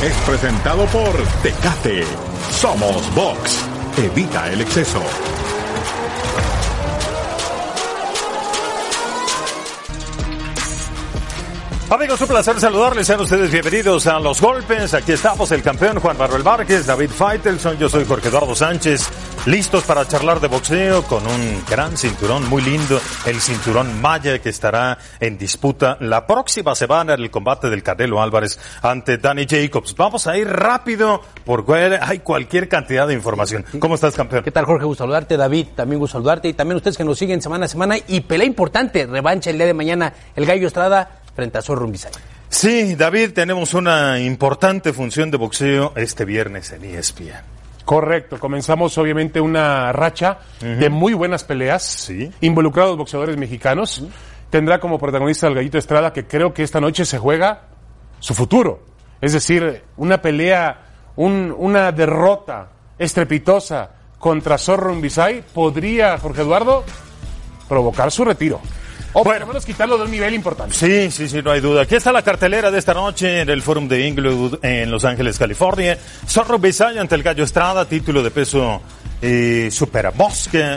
es presentado por Tecate. Somos Box. Evita el exceso. Amigos, un placer saludarles. Sean ustedes bienvenidos a Los Golpes. Aquí estamos, el campeón Juan Manuel Márquez, David Faitelson. Yo soy Jorge Eduardo Sánchez. Listos para charlar de boxeo con un gran cinturón muy lindo. El cinturón Maya, que estará en disputa la próxima semana en el combate del Canelo Álvarez ante Danny Jacobs. Vamos a ir rápido porque hay cualquier cantidad de información. ¿Cómo estás, campeón? ¿Qué tal, Jorge? Gusto saludarte. David, también gusto saludarte. Y también ustedes que nos siguen semana a semana. Y pelea importante, revancha el día de mañana, el Gallo Estrada frente a Zorro Mbisay. Sí, David, tenemos una importante función de boxeo este viernes en ESPN. Correcto, comenzamos obviamente una racha de muy buenas peleas, sí, involucrados boxeadores mexicanos. Tendrá como protagonista al Gallito Estrada, que creo que esta noche se juega su futuro. Es decir, una pelea, una derrota estrepitosa contra Zorro Mbisay podría, Jorge Eduardo, provocar su retiro. O por lo menos quitarlo de un nivel importante. Sí, no hay duda. Aquí está la cartelera de esta noche en el Forum de Inglewood en Los Ángeles, California. Zorro Mbisay ante el Gallo Estrada, título de peso supermosca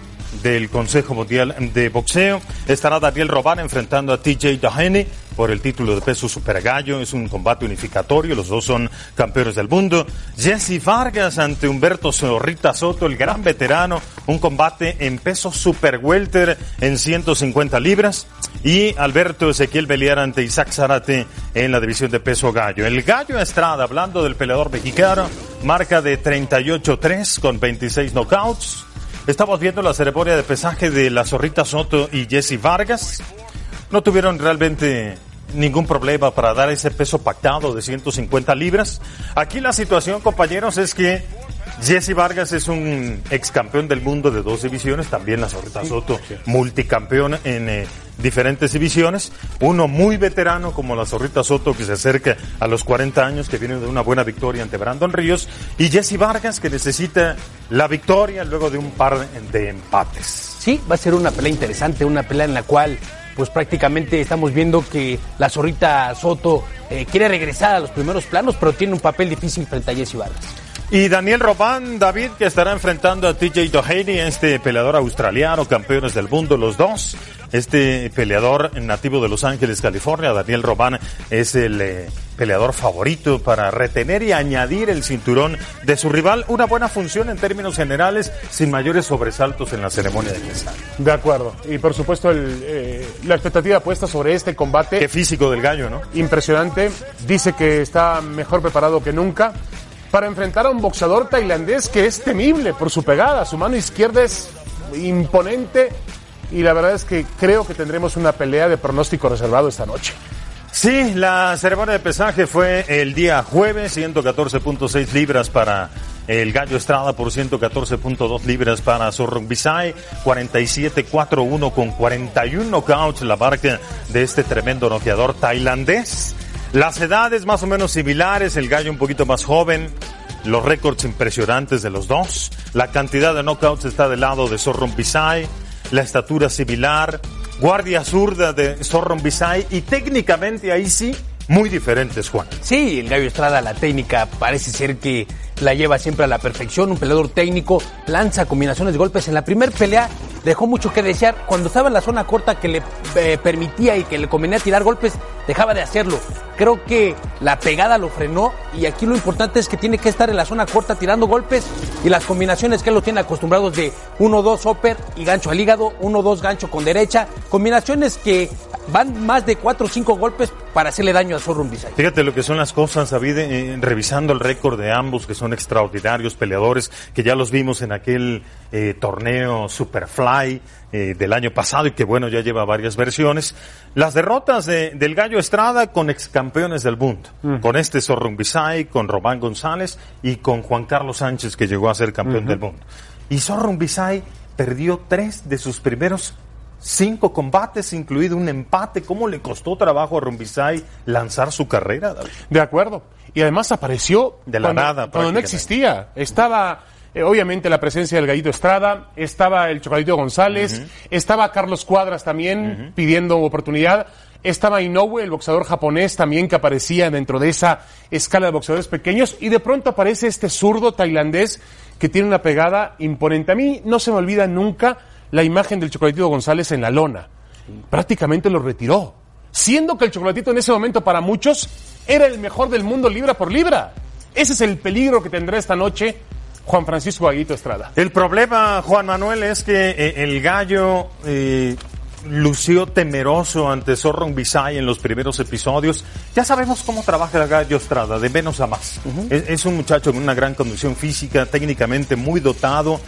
del Consejo Mundial de Boxeo. Estará Daniel Robán enfrentando a TJ Doheny por el título de peso super gallo. Es un combate unificatorio, los dos son campeones del mundo. Jesse Vargas ante Humberto Zorrita Soto, el gran veterano, un combate en peso super welter en 150 libras. Y Alberto Ezequiel Beliar ante Isaac Zárate en la división de peso gallo. El Gallo Estrada, hablando del peleador mexicano, marca de 38-3 con 26 knockouts. Estamos viendo la ceremonia de pesaje de la Zorrita Soto y Jesse Vargas. No tuvieron realmente ningún problema para dar ese peso pactado de 150 libras. Aquí la situación, compañeros, es que Jesse Vargas es un ex campeón del mundo de 2 divisiones, también la Zorrita Soto, multicampeón en diferentes divisiones. Uno muy veterano como la Zorrita Soto, que se acerca a los 40 años, que viene de una buena victoria ante Brandon Ríos, y Jesse Vargas, que necesita la victoria luego de un par de empates. Sí, va a ser una pelea interesante, una pelea en la cual pues prácticamente estamos viendo que la Zorrita Soto quiere regresar a los primeros planos, pero tiene un papel difícil frente a Jesse Vargas. Y Daniel Robán, David, que estará enfrentando a TJ Doheny, este peleador australiano, campeones del mundo los dos. Este peleador nativo de Los Ángeles, California, Daniel Robán, es el peleador favorito para retener y añadir el cinturón de su rival. Una buena función en términos generales, sin mayores sobresaltos en la ceremonia de pesaje. De acuerdo. Y por supuesto la expectativa puesta sobre este combate. Qué físico del gallo, ¿no? Impresionante. Dice que está mejor preparado que nunca para enfrentar a un boxeador tailandés que es temible por su pegada. Su mano izquierda es imponente y la verdad es que creo que tendremos una pelea de pronóstico reservado esta noche. Sí, la ceremonia de pesaje fue el día jueves, 114.6 libras para el Gallo Estrada por 114.2 libras para Zorro Mbisay, 47-4-1 con 41 knockouts, la marca de este tremendo noqueador tailandés. Las edades más o menos similares, el gallo un poquito más joven, los récords impresionantes de los dos, la cantidad de knockouts está del lado de Zorro Mbisay, la estatura similar, guardia zurda de Zorro Mbisay y técnicamente ahí sí, muy diferentes, Juan. Sí, el Gallo Estrada, la técnica parece ser que la lleva siempre a la perfección, un peleador técnico, lanza combinaciones de golpes. En la primera pelea dejó mucho que desear, cuando estaba en la zona corta que le permitía y que le convenía tirar golpes, dejaba de hacerlo. Creo que la pegada lo frenó y aquí lo importante es que tiene que estar en la zona corta tirando golpes y las combinaciones que él lo tiene acostumbrados de 1-2 upper y gancho al hígado, 1-2 gancho con derecha, combinaciones que van más de 4 o 5 golpes para hacerle daño a Zorro Mbisay. Fíjate lo que son las cosas, David, revisando el récord de ambos, que son extraordinarios peleadores, que ya los vimos en aquel torneo Superfly del año pasado y que bueno, ya lleva varias versiones. Las derrotas del Gallo Estrada con ex campeones del mundo, con este Zorro Mbisay, con Román González y con Juan Carlos Sánchez, que llegó a ser campeón del mundo. Y Zorro Mbisay perdió 3 de sus primeros 5 combates, incluido un empate. ¿Cómo le costó trabajo a Mbisay lanzar su carrera, David? De acuerdo. Y además apareció de la nada, cuando no existía. Estaba obviamente la presencia del Gallito Estrada, estaba el Chocadito González, estaba Carlos Cuadras también pidiendo oportunidad. Estaba Inoue, el boxeador japonés, también que aparecía dentro de esa escala de boxeadores pequeños. Y de pronto aparece este zurdo tailandés que tiene una pegada imponente. A mí no se me olvida nunca la imagen del Chocolatito González en la lona. Prácticamente lo retiró, siendo que el Chocolatito en ese momento para muchos era el mejor del mundo libra por libra. Ese es el peligro que tendrá esta noche Juan Francisco Gallito Estrada. El problema, Juan Manuel, es que el Gallo lució temeroso ante Zorro Bisay en los primeros episodios. Ya sabemos cómo trabaja el Gallo Estrada, de menos a más. Es un muchacho con una gran condición física, técnicamente muy dotado,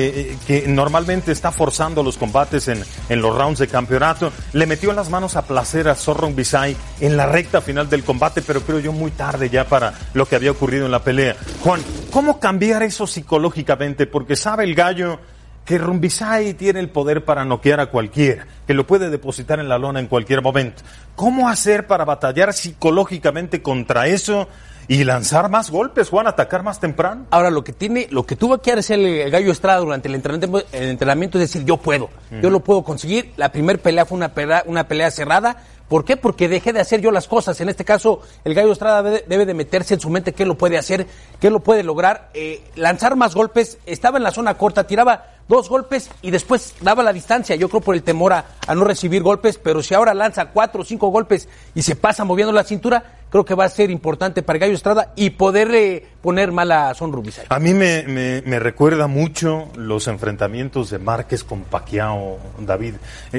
que normalmente está forzando los combates en los rounds de campeonato. Le metió las manos a placer a Zorro Bisay en la recta final del combate, pero creo yo muy tarde ya para lo que había ocurrido en la pelea. Juan, ¿cómo cambiar eso psicológicamente? Porque sabe el Gallo que Rumbisay tiene el poder para noquear a cualquiera, que lo puede depositar en la lona en cualquier momento. ¿Cómo hacer para batallar psicológicamente contra eso y lanzar más golpes, Juan, atacar más temprano? Ahora, lo que tuvo que hacer el Gallo Estrada durante el entrenamiento es decir, yo puedo, yo lo puedo conseguir. La primera pelea fue una pelea cerrada. ¿Por qué? Porque dejé de hacer yo las cosas. En este caso, el Gallo Estrada debe de meterse en su mente qué lo puede hacer, qué lo puede lograr. Lanzar más golpes, estaba en la zona corta, tiraba 2 golpes y después daba la distancia. Yo creo por el temor a no recibir golpes, pero si ahora lanza 4 o 5 golpes y se pasa moviendo la cintura, creo que va a ser importante para el Gallo Estrada y poder poner mal a Son Rubisay. A mí me recuerda mucho los enfrentamientos de Márquez con Pacquiao, David.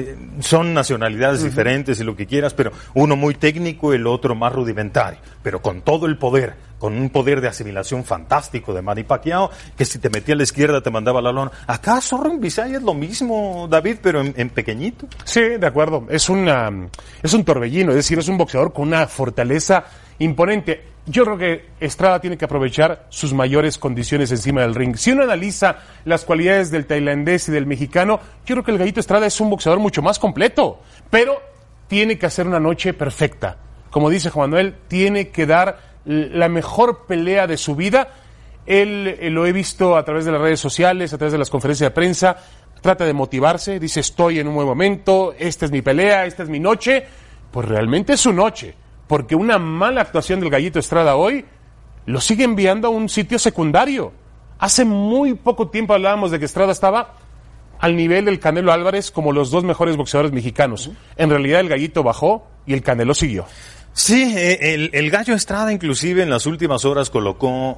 Son nacionalidades diferentes y lo que quieras, pero uno muy técnico, el otro más rudimentario, pero con todo el poder, con un poder de asimilación fantástico de Manny Pacquiao, que si te metía a la izquierda te mandaba a la lona. Acá Zorro Bisay es lo mismo, David, pero en pequeñito. Sí, de acuerdo. Es un torbellino, es decir, es un boxeador con una fortaleza imponente. Yo creo que Estrada tiene que aprovechar sus mayores condiciones encima del ring. Si uno analiza las cualidades del tailandés y del mexicano, yo creo que el Gallito Estrada es un boxeador mucho más completo, pero tiene que hacer una noche perfecta. Como dice Juan Manuel, tiene que dar la mejor pelea de su vida. Él lo he visto a través de las redes sociales, a través de las conferencias de prensa, trata de motivarse, dice estoy en un buen momento, esta es mi pelea, esta es mi noche. Pues realmente es su noche, porque una mala actuación del Gallito Estrada hoy lo sigue enviando a un sitio secundario. Hace muy poco tiempo hablábamos de que Estrada estaba al nivel del Canelo Álvarez como los 2 mejores boxeadores mexicanos. En realidad el Gallito bajó y el Canelo siguió. Sí, el Gallo Estrada inclusive en las últimas horas colocó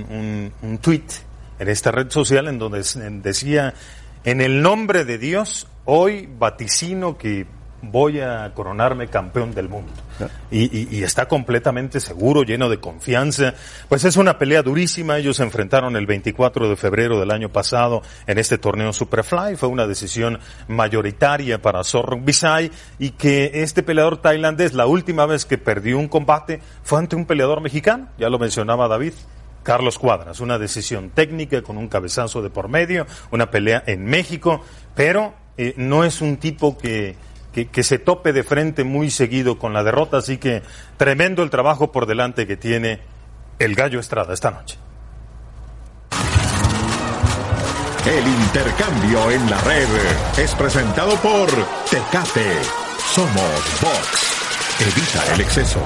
un tuit en esta red social en donde decía: en el nombre de Dios, hoy vaticino que voy a coronarme campeón del mundo. Y está completamente seguro, lleno de confianza. Pues es una pelea durísima. Ellos se enfrentaron el 24 de febrero del año pasado en este torneo Superfly. Fue una decisión mayoritaria para Zorro Bisay, y que este peleador tailandés, la última vez que perdió un combate fue ante un peleador mexicano, ya lo mencionaba David, Carlos Cuadras. Una decisión técnica con un cabezazo de por medio, una pelea en México, pero no es un tipo que se tope de frente muy seguido con la derrota, así que tremendo el trabajo por delante que tiene el Gallo Estrada esta noche. El intercambio en la red es presentado por Tecate. Somos Box. Evita el exceso.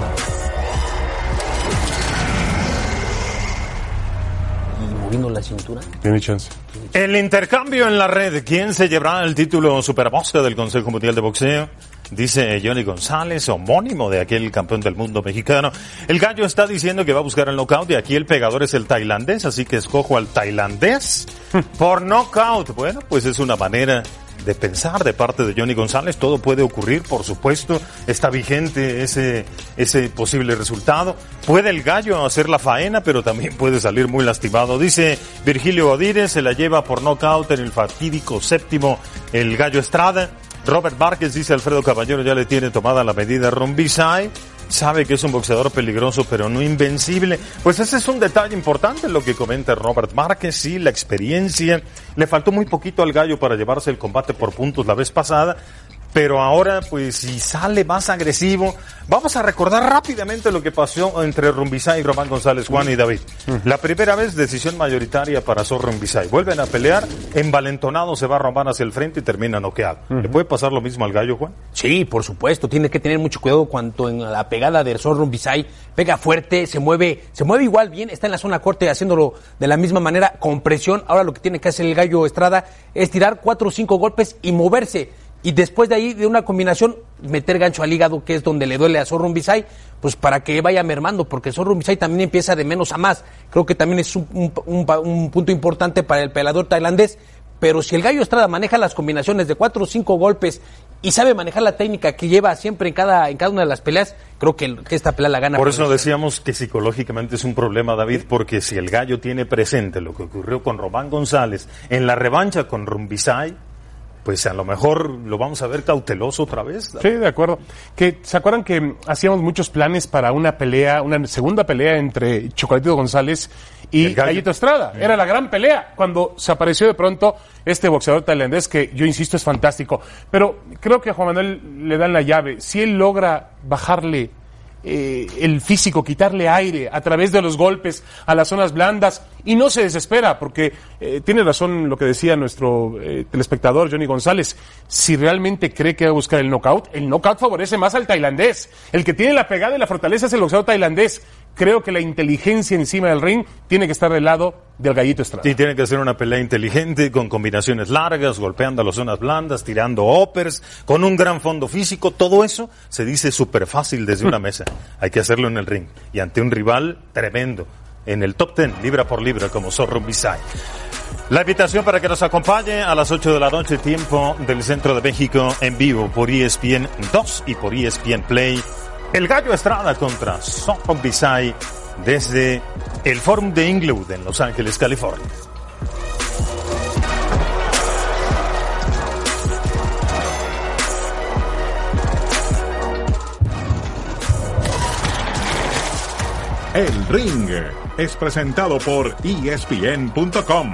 Moviendo la cintura. Tiene chance. El intercambio en la red. ¿Quién se llevará el título Superboxer del Consejo Mundial de Boxeo? Dice Johnny González, homónimo de aquel campeón del mundo mexicano. El Gallo está diciendo que va a buscar el knockout y aquí el pegador es el tailandés, así que escojo al tailandés por knockout. Bueno, pues es una manera de pensar de parte de Johnny González. Todo puede ocurrir, por supuesto. Está vigente ese posible resultado. Puede el Gallo hacer la faena, pero también puede salir muy lastimado. Dice Virgilio Godínez, se la lleva por knockout en el fatídico 7º el Gallo Estrada. Robert Márquez, dice Alfredo Caballero, ya le tiene tomada la medida a Rumbisay. Sabe que es un boxeador peligroso, pero no invencible. Pues ese es un detalle importante lo que comenta Robert Márquez. Sí, la experiencia. Le faltó muy poquito al Gallo para llevarse el combate por puntos la vez pasada, pero ahora pues si sale más agresivo. Vamos a recordar rápidamente lo que pasó entre Rumbisay y Román González, Juan y David. La primera vez decisión mayoritaria para Rumbisay. Vuelven a pelear, envalentonado se va Román hacia el frente y termina noqueado. ¿Le puede pasar lo mismo al gallo, Juan? Sí, por supuesto, tiene que tener mucho cuidado cuando en la pegada de Rumbisay pega fuerte, se mueve igual bien, está en la zona corta haciéndolo de la misma manera, con presión. Ahora lo que tiene que hacer el gallo Estrada es tirar 4 o 5 golpes y moverse. Y después de ahí, de una combinación, meter gancho al hígado, que es donde le duele a Rumbisay, pues para que vaya mermando, porque Rumbisay también empieza de menos a más. Creo que también es un punto importante para el peleador tailandés. Pero si el gallo Estrada maneja las combinaciones de 4 o 5 golpes y sabe manejar la técnica que lleva siempre en cada una de las peleas, creo que esta pelea la gana. Por eso decíamos que psicológicamente es un problema, David, porque si el gallo tiene presente lo que ocurrió con Román González en la revancha con Rumbisay, pues a lo mejor lo vamos a ver cauteloso otra vez. Sí, de acuerdo. ¿Se acuerdan que hacíamos muchos planes para una segunda pelea entre Chocolatito González y Gallito Estrada? Era la gran pelea cuando se apareció de pronto este boxeador tailandés que yo insisto es fantástico. Pero creo que a Juan Manuel le dan la llave. Si él logra bajarle el físico, quitarle aire a través de los golpes a las zonas blandas y no se desespera, porque tiene razón lo que decía nuestro telespectador Johnny González. Si realmente cree que va a buscar el knockout favorece más al tailandés. El que tiene la pegada y la fortaleza es el boxeador tailandés. Creo que la inteligencia encima del ring tiene que estar del lado del Gallito Estrada. Sí, tiene que ser una pelea inteligente, con combinaciones largas, golpeando a las zonas blandas, tirando uppers, con un gran fondo físico. Todo eso se dice súper fácil desde una mesa. Hay que hacerlo en el ring. Y ante un rival tremendo, en el top 10, libra por libra, como Rumbisay. La invitación para que nos acompañe a las 8 de la noche, tiempo del Centro de México, en vivo por ESPN 2 y por ESPN Play. El gallo Estrada contra Rumbisay desde el Forum de Inglewood en Los Ángeles, California. El Ring es presentado por ESPN.com.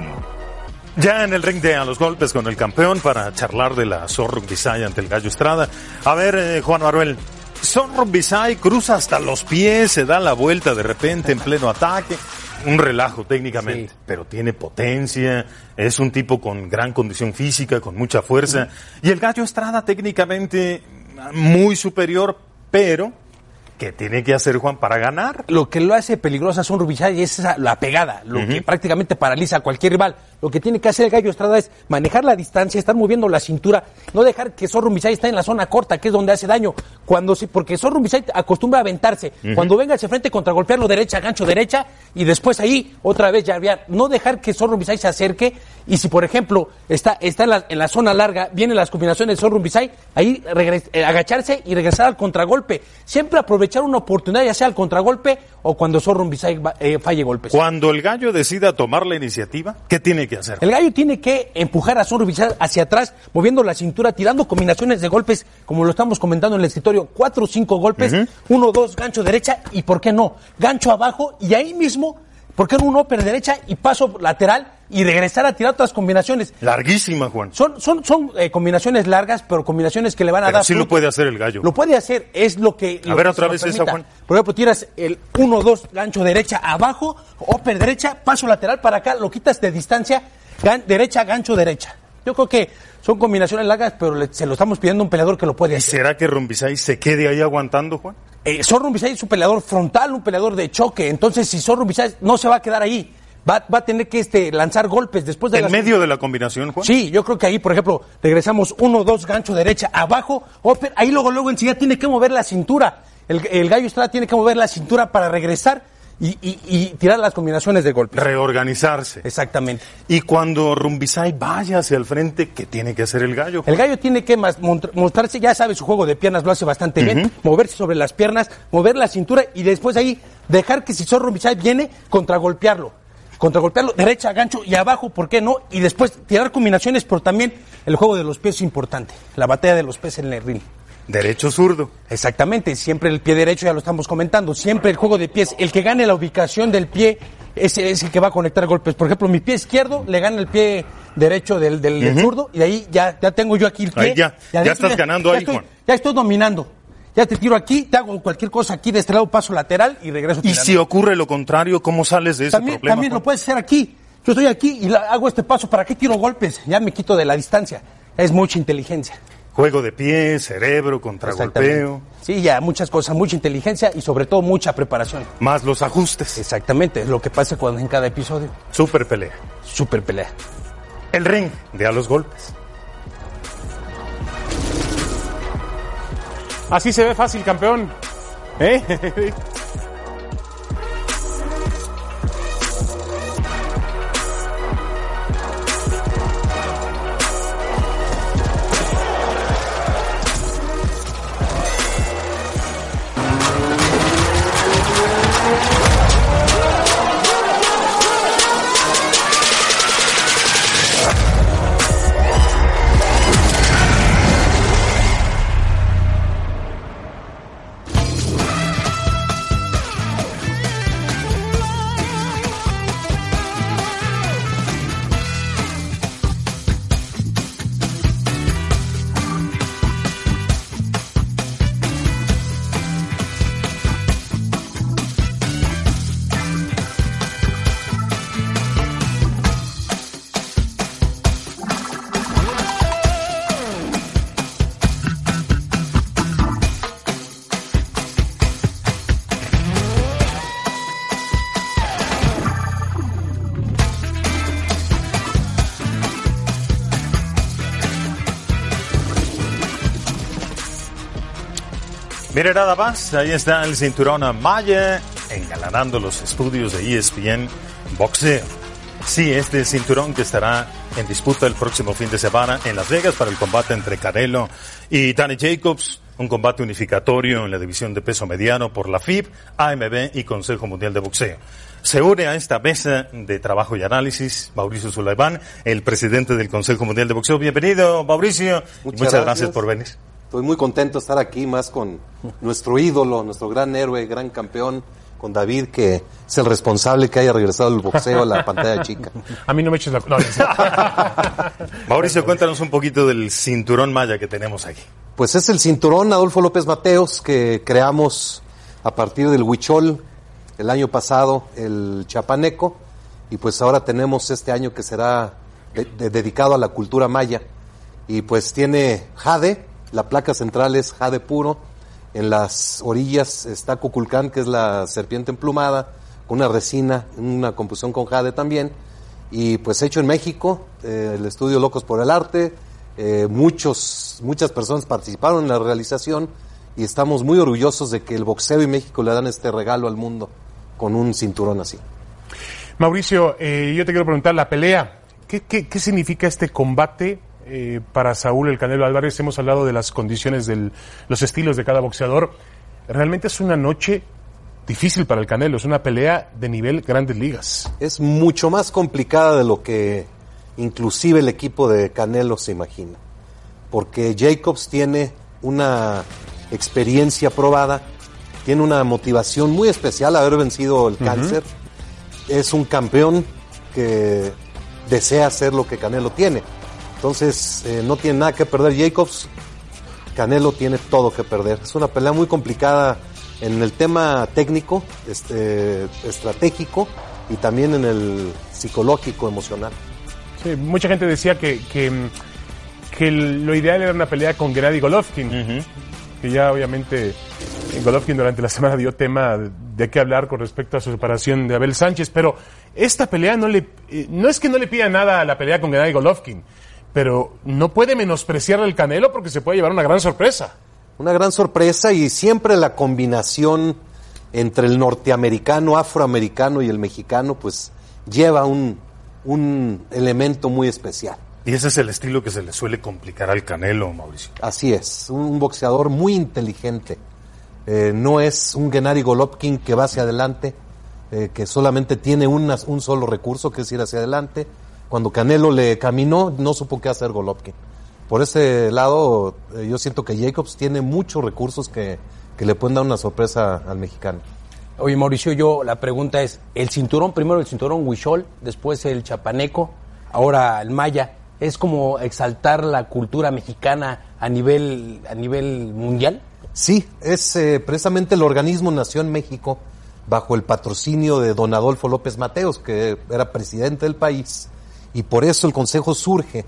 Ya en el ring de A los Golpes con el campeón para charlar de la Rumbisay ante el gallo Estrada. A ver, Juan Manuel. Rumbisay cruza hasta los pies, se da la vuelta de repente en pleno ataque. Un relajo técnicamente, pero tiene potencia, es un tipo con gran condición física, con mucha fuerza. Y el gallo Estrada técnicamente muy superior, pero ¿qué tiene que hacer, Juan, para ganar? Lo que lo hace peligrosa a Rumbisay es la pegada, lo que prácticamente paraliza a cualquier rival. Lo que tiene que hacer el gallo Estrada es manejar la distancia, estar moviendo la cintura, no dejar que Rumbisay esté en la zona corta, que es donde hace daño. Porque Rumbisay acostumbra a aventarse. Cuando venga hacia frente, contragolpearlo derecha, gancho derecha, y después ahí otra vez llavear. No dejar que Rumbisay se acerque, y si por ejemplo está en la zona larga, vienen las combinaciones de Rumbisay, ahí agacharse y regresar al contragolpe. Siempre aprovechar una oportunidad, ya sea al contragolpe o cuando Rumbisay falle golpes. Cuando el gallo decida tomar la iniciativa, ¿qué tiene que hacer? El gallo tiene que empujar a Rumbisay hacia atrás, moviendo la cintura, tirando combinaciones de golpes, como lo estamos comentando en el escritorio, 4 o 5 golpes, 1, 2, gancho derecha, y ¿por qué no? Gancho abajo, y ahí mismo, ¿por qué no un upper derecha y paso lateral y regresar a tirar otras combinaciones? Larguísima, Juan. Son combinaciones largas, pero combinaciones que le van a dar. Sí lo puede hacer el gallo. Lo puede hacer, es lo que. A ver otra vez esa, Juan. Por ejemplo, tiras el 1, 2, gancho derecha abajo, upper derecha, paso lateral para acá, lo quitas de distancia, derecha, gancho derecha. Yo creo que son combinaciones largas, pero se lo estamos pidiendo a un peleador que lo puede hacer. ¿Será que Rumbisay se quede ahí aguantando, Juan? Rumbisay es un peleador frontal, un peleador de choque. Entonces, si Rumbisay no se va a quedar ahí, va a tener que lanzar golpes después de ¿En medio de la combinación, Juan? Sí, yo creo que ahí, por ejemplo, regresamos 1, 2, gancho derecha, abajo, upper, ahí luego enseguida tiene que mover la cintura. El gallo Estrada tiene que mover la cintura para regresar y tirar las combinaciones de golpes. Reorganizarse. Exactamente. Y cuando Rumbisay vaya hacia el frente, ¿qué tiene que hacer el gallo? El gallo tiene que mostrarse, ya sabe, su juego de piernas lo hace bastante bien, moverse sobre las piernas, mover la cintura y después ahí dejar que si Rumbisay viene, contragolpearlo, derecha, gancho y abajo, ¿por qué no? Y después tirar combinaciones, pero también el juego de los pies es importante, la batalla de los pies en el ring. Derecho, zurdo. Exactamente, siempre el pie derecho, ya lo estamos comentando, siempre el juego de pies, el que gane la ubicación del pie es el que va a conectar golpes. Por ejemplo, mi pie izquierdo le gana el pie derecho del zurdo, y de ahí ya tengo yo aquí el pie. Ahí ya estás ganando ahí, Juan. Ya estoy dominando. Ya te tiro aquí, te hago cualquier cosa aquí de este lado, paso lateral y regreso. Y si ocurre lo contrario, ¿cómo sales de ese problema? También lo puedes hacer aquí. Yo estoy aquí y hago este paso. ¿Para qué tiro golpes? Ya me quito de la distancia. Es mucha inteligencia. Juego de pie, cerebro, contragolpeo. Sí, ya muchas cosas, mucha inteligencia y sobre todo mucha preparación. Más los ajustes. Exactamente, es lo que pasa cuando en cada episodio. Super pelea. Super pelea. El ring de a los golpes. Así se ve fácil, campeón. Mire nada más, ahí está el cinturón Maya engalanando los estudios de ESPN Boxeo. Sí, este cinturón que estará en disputa el próximo fin de semana en Las Vegas para el combate entre Canelo y Danny Jacobs, un combate unificatorio en la división de peso mediano por la FIB, AMB y Consejo Mundial de Boxeo. Se une a esta mesa de trabajo y análisis Mauricio Sulaimán, el presidente del Consejo Mundial de Boxeo. Bienvenido, Mauricio. Muchas gracias por venir. Estoy muy contento de estar aquí, más con nuestro ídolo, nuestro gran héroe, gran campeón, con David, que es el responsable que haya regresado el boxeo a la pantalla chica. A mí no me eches la... No, Mauricio, cuéntanos un poquito del cinturón Maya que tenemos aquí. Pues es el cinturón Adolfo López Mateos que creamos a partir del huichol, el año pasado el chapaneco, y pues ahora tenemos este año que será dedicado a la cultura maya. Y pues tiene jade, la placa central es jade puro, en las orillas está Cuculcán, que es la serpiente emplumada, con una resina, una composición con jade también, y pues hecho en México, el estudio Locos por el Arte, muchas personas participaron en la realización, y estamos muy orgullosos de que el boxeo y México le dan este regalo al mundo, con un cinturón así. Mauricio, yo te quiero preguntar, la pelea, ¿qué significa este combate para Saúl El Canelo Álvarez? Hemos hablado de las condiciones, los estilos de cada boxeador. Realmente es una noche difícil para el Canelo, es una pelea de nivel Grandes Ligas. Es mucho más complicada de lo que inclusive el equipo de Canelo se imagina, porque Jacobs tiene una experiencia probada, tiene una motivación muy especial, haber vencido el cáncer, es un campeón que desea hacer lo que Canelo tiene. Entonces, no tiene nada que perder Jacobs, Canelo tiene todo que perder. Es una pelea muy complicada en el tema técnico, estratégico y también en el psicológico, emocional. Sí, mucha gente decía que lo ideal era una pelea con Gennady Golovkin, que ya obviamente Golovkin durante la semana dio tema de qué hablar con respecto a su separación de Abel Sánchez, pero esta pelea no es que no le pida nada a la pelea con Gennady Golovkin, pero no puede menospreciar al Canelo porque se puede llevar una gran sorpresa. Una gran sorpresa, y siempre la combinación entre el norteamericano, afroamericano y el mexicano, pues lleva un elemento muy especial. Y ese es el estilo que se le suele complicar al Canelo, Mauricio. Así es, un boxeador muy inteligente. No es un Gennady Golovkin que va hacia adelante, que solamente tiene un solo recurso, que es ir hacia adelante. Cuando Canelo le caminó, no supo qué hacer Golovkin. Por ese lado, yo siento que Jacobs tiene muchos recursos que le pueden dar una sorpresa al mexicano. Oye, Mauricio, la pregunta es, el cinturón, primero el cinturón huichol, después el chapaneco, ahora el Maya, ¿es como exaltar la cultura mexicana a nivel mundial? Sí, es precisamente el organismo nació en México bajo el patrocinio de don Adolfo López Mateos, que era presidente del país, y por eso el Consejo surge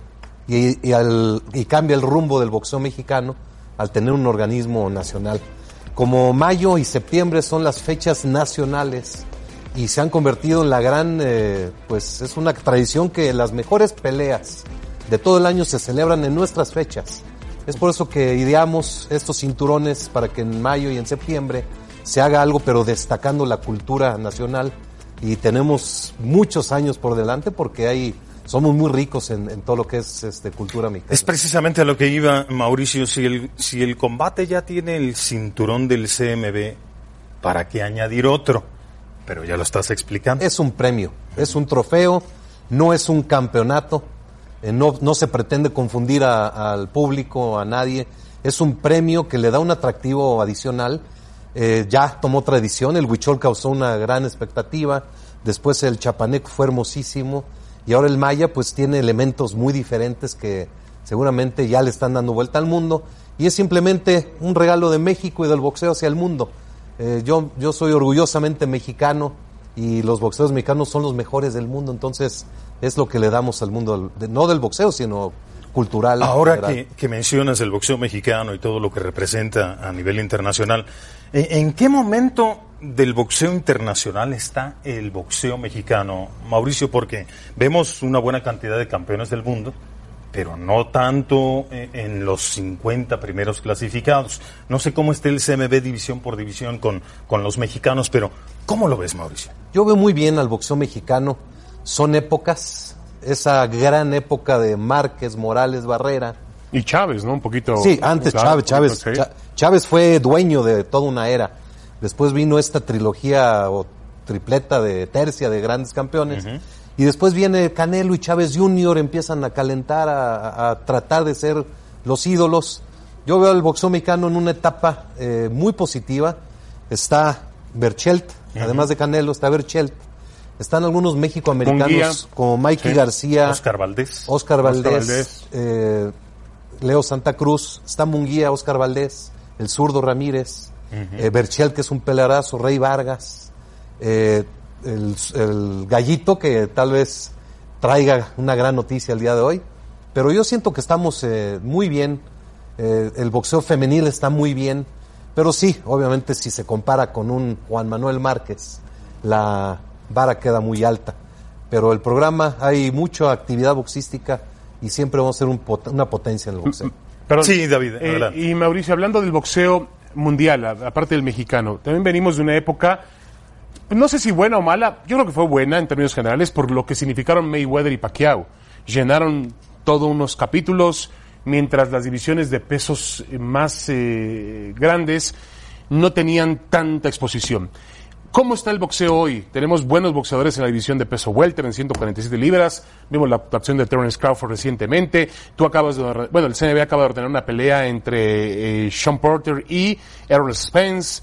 y cambia el rumbo del boxeo mexicano al tener un organismo nacional. Como mayo y septiembre son las fechas nacionales y se han convertido en la gran, pues es una tradición que las mejores peleas de todo el año se celebran en nuestras fechas. Es por eso que ideamos estos cinturones para que en mayo y en septiembre se haga algo, pero destacando la cultura nacional, y tenemos muchos años por delante porque somos muy ricos en todo lo que es cultura mexicana. Es precisamente a lo que iba, Mauricio. Si el combate ya tiene el cinturón del CMB, ¿para qué añadir otro? Pero ya lo estás explicando. Es un premio, es un trofeo, no es un campeonato, no se pretende confundir al público, a nadie. Es un premio que le da un atractivo adicional. Ya tomó otra edición, el Huichol causó una gran expectativa, después el Chapaneco fue hermosísimo, y ahora el Maya pues tiene elementos muy diferentes que seguramente ya le están dando vuelta al mundo, y es simplemente un regalo de México y del boxeo hacia el mundo. Yo soy orgullosamente mexicano, y los boxeadores mexicanos son los mejores del mundo, entonces es lo que le damos al mundo, no del boxeo, sino cultural. Ahora que mencionas el boxeo mexicano y todo lo que representa a nivel internacional, ¿en qué momento del boxeo internacional está el boxeo mexicano, Mauricio? Porque vemos una buena cantidad de campeones del mundo, pero no tanto en los 50 primeros clasificados. No sé cómo esté el CMB división por división con los mexicanos, pero ¿cómo lo ves, Mauricio? Yo veo muy bien al boxeo mexicano. Son épocas, esa gran época de Márquez, Morales, Barrera. Y Chávez, ¿no? Un poquito. Sí, antes claro, Chávez. Sí. Chávez fue dueño de toda una era. Después vino esta trilogía o tripleta de tercia de grandes campeones. Uh-huh. Y después viene Canelo y Chávez Jr., empiezan a calentar, a tratar de ser los ídolos. Yo veo al boxeo mexicano en una etapa muy positiva. Está Berchelt, uh-huh. Además de Canelo, está Berchelt. Están algunos mexicoamericanos como Mikey García, Oscar Valdés, Leo Santa Cruz, está Munguía, Oscar Valdés, el zurdo Ramírez, uh-huh. Berchelt, que es un pelarazo, Rey Vargas, el Gallito, que tal vez traiga una gran noticia el día de hoy, pero yo siento que estamos muy bien, el boxeo femenil está muy bien, pero sí, obviamente si se compara con un Juan Manuel Márquez, la vara queda muy alta, pero el programa, hay mucha actividad boxística y siempre vamos a ser una potencia en el boxeo. Pero, sí, David, adelante. Y Mauricio, hablando del boxeo mundial, aparte del mexicano, también venimos de una época, no sé si buena o mala, yo creo que fue buena en términos generales por lo que significaron Mayweather y Pacquiao. Llenaron todos unos capítulos, mientras las divisiones de pesos más grandes no tenían tanta exposición. ¿Cómo está el boxeo hoy? Tenemos buenos boxeadores en la división de peso welter en 147 libras. Vimos la acción de Terence Crawford recientemente. El CNB acaba de ordenar una pelea entre Sean Porter y Errol Spence.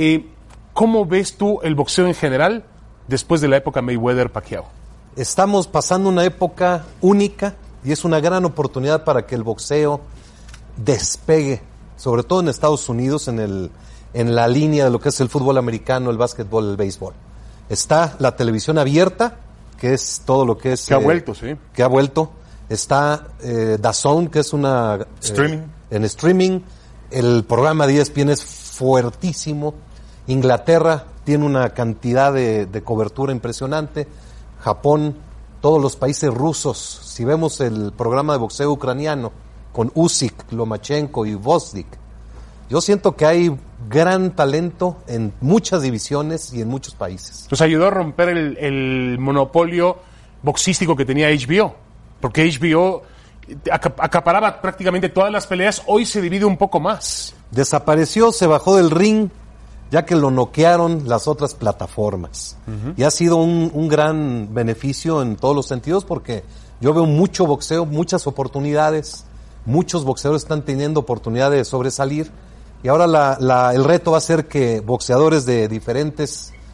¿Cómo ves tú el boxeo en general después de la época Mayweather-Pacquiao? Estamos pasando una época única y es una gran oportunidad para que el boxeo despegue, sobre todo en Estados Unidos, en la línea de lo que es el fútbol americano, el básquetbol, el béisbol. Está la televisión abierta, que es todo lo que es... Que ha vuelto, sí. Que ha vuelto. Está DAZN, que es una... Streaming. En streaming. El programa de ESPN es fuertísimo. Inglaterra tiene una cantidad de cobertura impresionante. Japón, todos los países rusos. Si vemos el programa de boxeo ucraniano, con Usyk, Lomachenko y Vosdik, yo siento que hay gran talento en muchas divisiones y en muchos países. Nos ayudó a romper el monopolio boxístico que tenía HBO, porque HBO acaparaba prácticamente todas las peleas, hoy se divide un poco más. Desapareció, se bajó del ring, ya que lo noquearon las otras plataformas. Uh-huh. Y ha sido un gran beneficio en todos los sentidos, porque yo veo mucho boxeo, muchas oportunidades, muchos boxeadores están teniendo oportunidad de sobresalir. Y ahora el reto va a ser que boxeadores de diferentes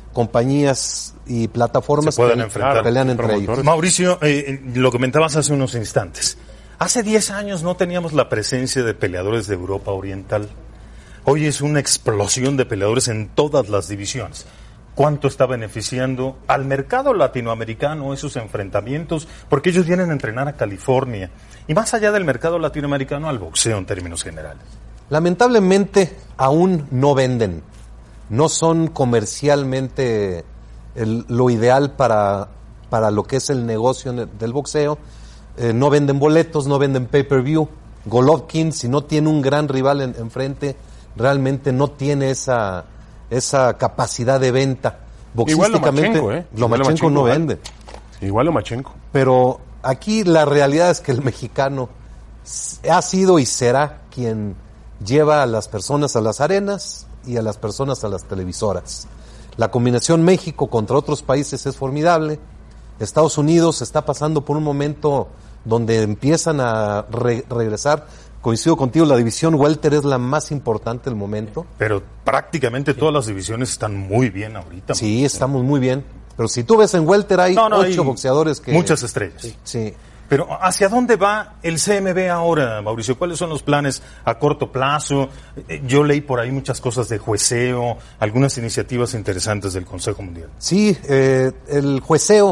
compañías y plataformas Se pueden que enfrentar. pelean entre Promotores. ellos. Mauricio, lo comentabas hace unos instantes. Hace 10 años no teníamos la presencia de peleadores de Europa Oriental. Hoy es una explosión de peleadores en todas las divisiones. ¿Cuánto está beneficiando al mercado latinoamericano esos enfrentamientos? Porque ellos vienen a entrenar a California. Y más allá del mercado latinoamericano, al boxeo en términos generales. Lamentablemente aún no venden, no son comercialmente lo ideal para lo que es el negocio del boxeo. No venden boletos, no venden pay-per-view. Golovkin, si no tiene un gran rival enfrente, realmente no tiene esa capacidad de venta. Boxísticamente, Lomachenko no vende. Igual Lomachenko. Pero aquí la realidad es que el mexicano ha sido y será quien lleva a las personas a las arenas y a las personas a las televisoras. La combinación México contra otros países es formidable. Estados Unidos está pasando por un momento donde empiezan a regresar. Coincido contigo, la división welter es la más importante del momento. Pero prácticamente todas las divisiones están muy bien ahorita. Sí, estamos muy bien. Pero si tú ves en welter hay 8 boxeadores que... Muchas estrellas. Sí. Pero ¿hacia dónde va el CMB ahora, Mauricio? ¿Cuáles son los planes a corto plazo? Yo leí por ahí muchas cosas de jueceo, algunas iniciativas interesantes del Consejo Mundial. Sí, el jueceo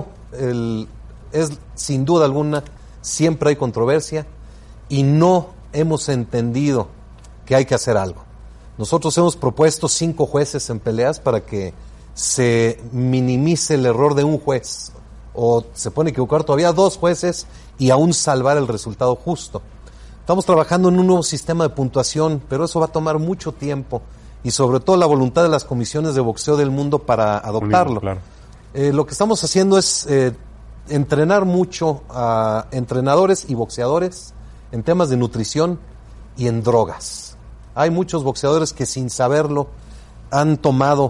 es sin duda alguna, siempre hay controversia y no hemos entendido que hay que hacer algo. Nosotros hemos propuesto 5 jueces en peleas para que se minimice el error de un juez, o se pueden equivocar todavía 2 jueces y aún salvar el resultado justo. Estamos trabajando en un nuevo sistema de puntuación, pero eso va a tomar mucho tiempo y sobre todo la voluntad de las comisiones de boxeo del mundo para adoptarlo. Claro. Lo que estamos haciendo es entrenar mucho a entrenadores y boxeadores en temas de nutrición y en drogas. Hay muchos boxeadores que sin saberlo han tomado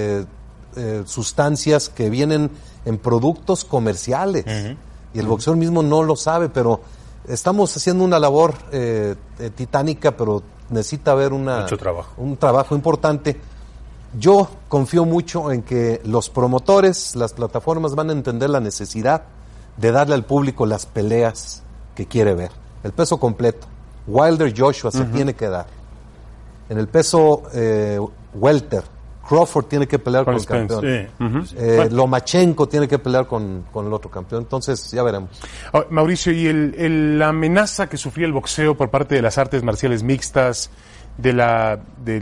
sustancias que vienen en productos comerciales. Uh-huh. Y el boxeador mismo no lo sabe, pero estamos haciendo una labor titánica, pero necesita haber mucho trabajo. Un trabajo importante. Yo confío mucho en que los promotores, las plataformas van a entender la necesidad de darle al público las peleas que quiere ver. El peso completo. Wilder-Joshua se tiene que dar. En el peso welter, Crawford tiene que pelear con el campeón. Sí. Lomachenko tiene que pelear con el otro campeón. Entonces, ya veremos. Mauricio, ¿y la amenaza que sufría el boxeo por parte de las artes marciales mixtas, de la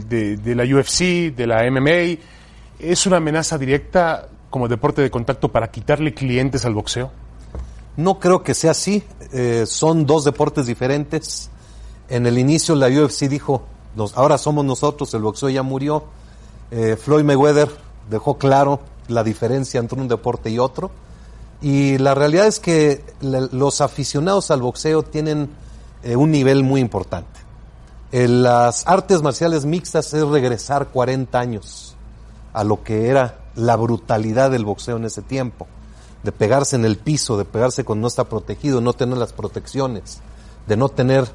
UFC, de la MMA, es una amenaza directa como deporte de contacto para quitarle clientes al boxeo? No creo que sea así. Son 2 deportes diferentes. En el inicio la UFC dijo, ahora somos nosotros, el boxeo ya murió. Floyd Mayweather dejó claro la diferencia entre un deporte y otro. Y la realidad es que los aficionados al boxeo tienen un nivel muy importante. Las artes marciales mixtas es regresar 40 años a lo que era la brutalidad del boxeo en ese tiempo. De pegarse en el piso, de pegarse cuando no está protegido, no tener las protecciones, de no tener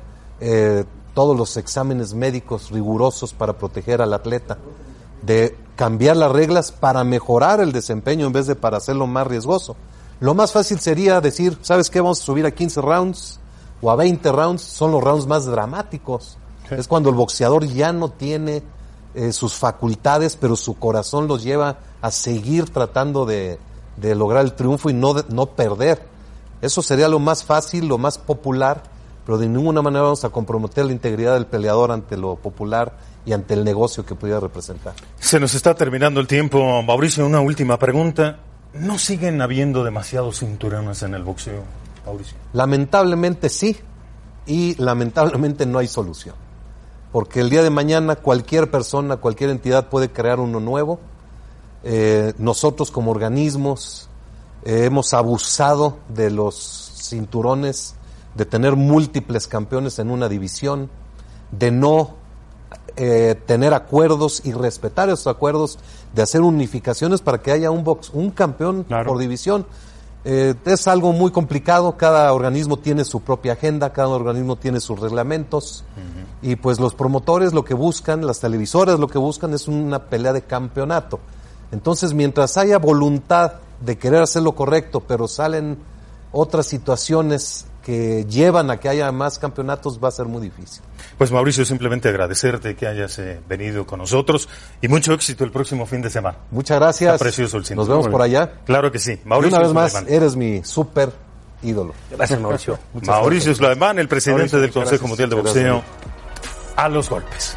todos los exámenes médicos rigurosos para proteger al atleta, de cambiar las reglas para mejorar el desempeño en vez de para hacerlo más riesgoso. Lo más fácil sería decir, ¿sabes qué? Vamos a subir a 15 rounds o a 20 rounds, son los rounds más dramáticos. Sí. Es cuando el boxeador ya no tiene sus facultades, pero su corazón los lleva a seguir tratando de lograr el triunfo y no perder. Eso sería lo más fácil, lo más popular, pero de ninguna manera vamos a comprometer la integridad del peleador ante lo popular y ante el negocio que pudiera representar. Se nos está terminando el tiempo. Mauricio, una última pregunta. ¿No siguen habiendo demasiados cinturones en el boxeo, Mauricio? Lamentablemente sí, y lamentablemente no hay solución. Porque el día de mañana cualquier persona, cualquier entidad puede crear uno nuevo. Nosotros como organismos hemos abusado de los cinturones, de tener múltiples campeones en una división, de no tener acuerdos y respetar esos acuerdos, de hacer unificaciones para que haya un campeón por división. Es algo muy complicado, cada organismo tiene su propia agenda, cada organismo tiene sus reglamentos, y pues los promotores lo que buscan, las televisoras lo que buscan es una pelea de campeonato. Entonces, mientras haya voluntad de querer hacer lo correcto, pero salen otras situaciones que llevan a que haya más campeonatos, va a ser muy difícil. Pues Mauricio, simplemente agradecerte que hayas venido con nosotros y mucho éxito el próximo fin de semana. Muchas gracias. Está precioso el cinturón. Nos vemos por allá. Claro que sí. Y Mauricio una vez más, Suleiman. eres mi súper ídolo. Gracias, Mauricio. Mauricio Suleiman, el presidente Mauricio, del Consejo gracias. Mundial de Muchas Boxeo, gracias. a los golpes.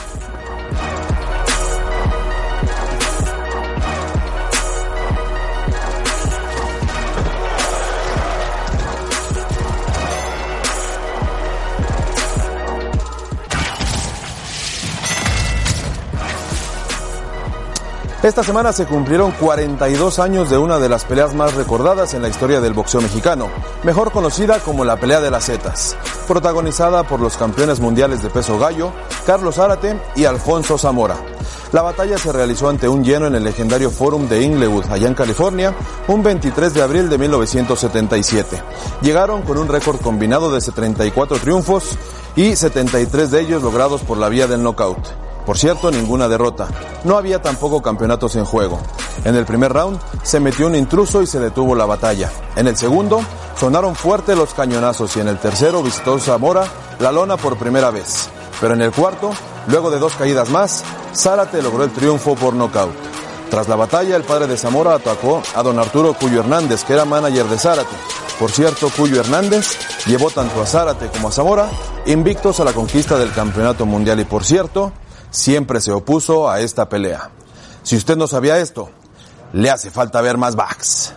Esta semana se cumplieron 42 años de una de las peleas más recordadas en la historia del boxeo mexicano, mejor conocida como la Pelea de las Zetas, protagonizada por los campeones mundiales de peso gallo, Carlos Zárate y Alfonso Zamora. La batalla se realizó ante un lleno en el legendario Forum de Inglewood, allá en California, un 23 de abril de 1977. Llegaron con un récord combinado de 34 triunfos y 73 de ellos logrados por la vía del knockout. Por cierto, ninguna derrota. No había tampoco campeonatos en juego. En el primer round se metió un intruso y se detuvo la batalla. En el segundo sonaron fuerte los cañonazos y en el tercero visitó Zamora la lona por primera vez. Pero en el cuarto, luego de 2 caídas más, Zárate logró el triunfo por nocaut. Tras la batalla, el padre de Zamora atacó a don Arturo Cuyo Hernández, que era manager de Zárate. Por cierto, Cuyo Hernández llevó tanto a Zárate como a Zamora invictos a la conquista del campeonato mundial y, por cierto, siempre se opuso a esta pelea. Si usted no sabía esto, le hace falta ver más box.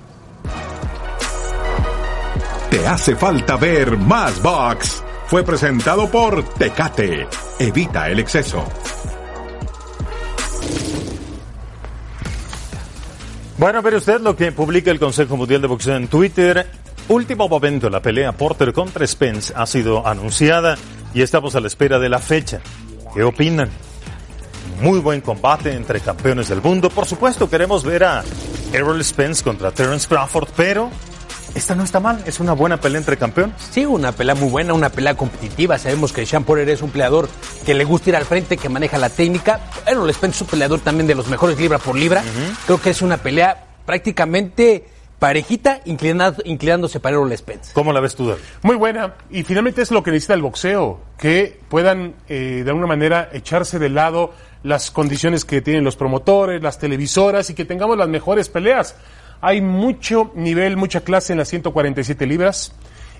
Te hace falta ver más box. Fue presentado por Tecate. Evita el exceso. Bueno, pero usted lo que publica el Consejo Mundial de Boxeo en Twitter. Último momento, la pelea Porter contra Spence ha sido anunciada y estamos a la espera de la fecha. ¿Qué opinan? Muy buen combate entre campeones del mundo. Por supuesto, queremos ver a Errol Spence contra Terence Crawford, pero esta no está mal. Es una buena pelea entre campeones. Sí, una pelea muy buena, una pelea competitiva. Sabemos que Sean Porter es un peleador que le gusta ir al frente, que maneja la técnica. Errol Spence es un peleador también de los mejores libra por libra. Creo que es una pelea prácticamente parejita, inclinándose para Errol Spence. ¿Cómo la ves tú, David? Muy buena, y finalmente es lo que necesita el boxeo, que puedan de alguna manera echarse de lado las condiciones que tienen los promotores, las televisoras, y que tengamos las mejores peleas. Hay mucho nivel, mucha clase en las 147 libras.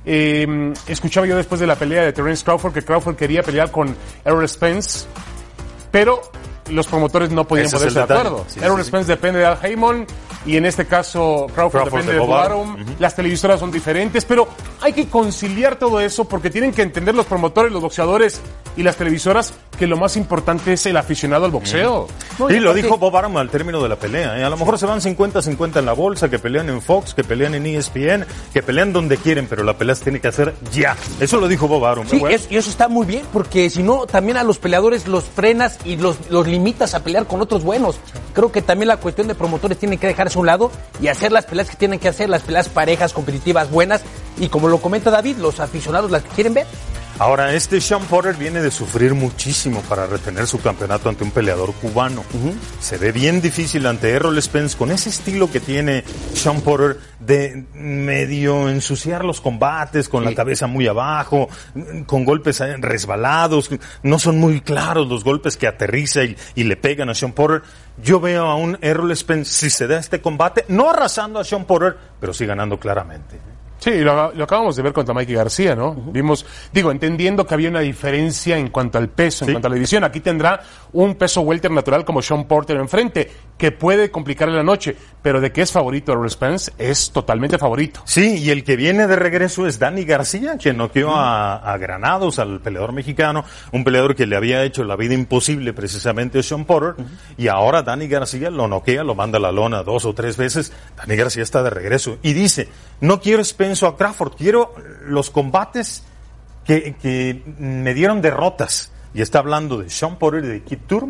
Escuchaba yo después de la pelea de Terence Crawford que Crawford quería pelear con Errol Spence, pero los promotores no podían Ese es ponerse de el detalle. acuerdo. Sí, Errol sí. Spence depende de Al Haymon y en este caso Crawford depende de Bob Arum. Las televisoras son diferentes, pero hay que conciliar todo eso porque tienen que entender los promotores, los boxeadores y las televisoras que lo más importante es el aficionado al boxeo. No, Y y lo aparte- dijo Bob Arum al término de la pelea. A lo mejor se van 50-50 en la bolsa, que pelean en Fox, que pelean en ESPN, que pelean donde quieren, pero la pelea se tiene que hacer ya. Eso lo dijo Bob Arum. Sí, Bueno. y eso está muy bien, porque si no, también a los peleadores los frenas y los limitas a pelear con otros buenos. Creo que también la cuestión de promotores tienen que dejarse a un lado y hacer las peleas que tienen que hacer, las peleas parejas, competitivas, buenas, y como lo comenta David, los aficionados las que quieren ver. Ahora, Sean Porter viene de sufrir muchísimo para retener su campeonato ante un peleador cubano. Se ve bien difícil ante Errol Spence con ese estilo que tiene Sean Porter de medio ensuciar los combates, con la cabeza muy abajo, con golpes resbalados. No son muy claros los golpes que aterriza y le pegan a Sean Porter. Yo veo a un Errol Spence, si se da este combate, no arrasando a Sean Porter, pero sí ganando claramente. Sí, lo acabamos de ver contra Mikey García, ¿no? Vimos, entendiendo que había una diferencia en cuanto al peso, en cuanto a la división. Aquí tendrá un peso welter natural como Sean Porter enfrente, que puede complicarle la noche, pero de que es favorito Errol Spence, es totalmente favorito. Sí, y el que viene de regreso es Danny García, que noqueó a Granados, al peleador mexicano, un peleador que le había hecho la vida imposible precisamente a Sean Porter, y ahora Danny García lo noquea, lo manda a la lona 2 o 3 veces. Danny García está de regreso y dice, no quiero Spence a Crawford, quiero los combates que me dieron derrotas. Y está hablando de Sean Porter y de Keith Thurman.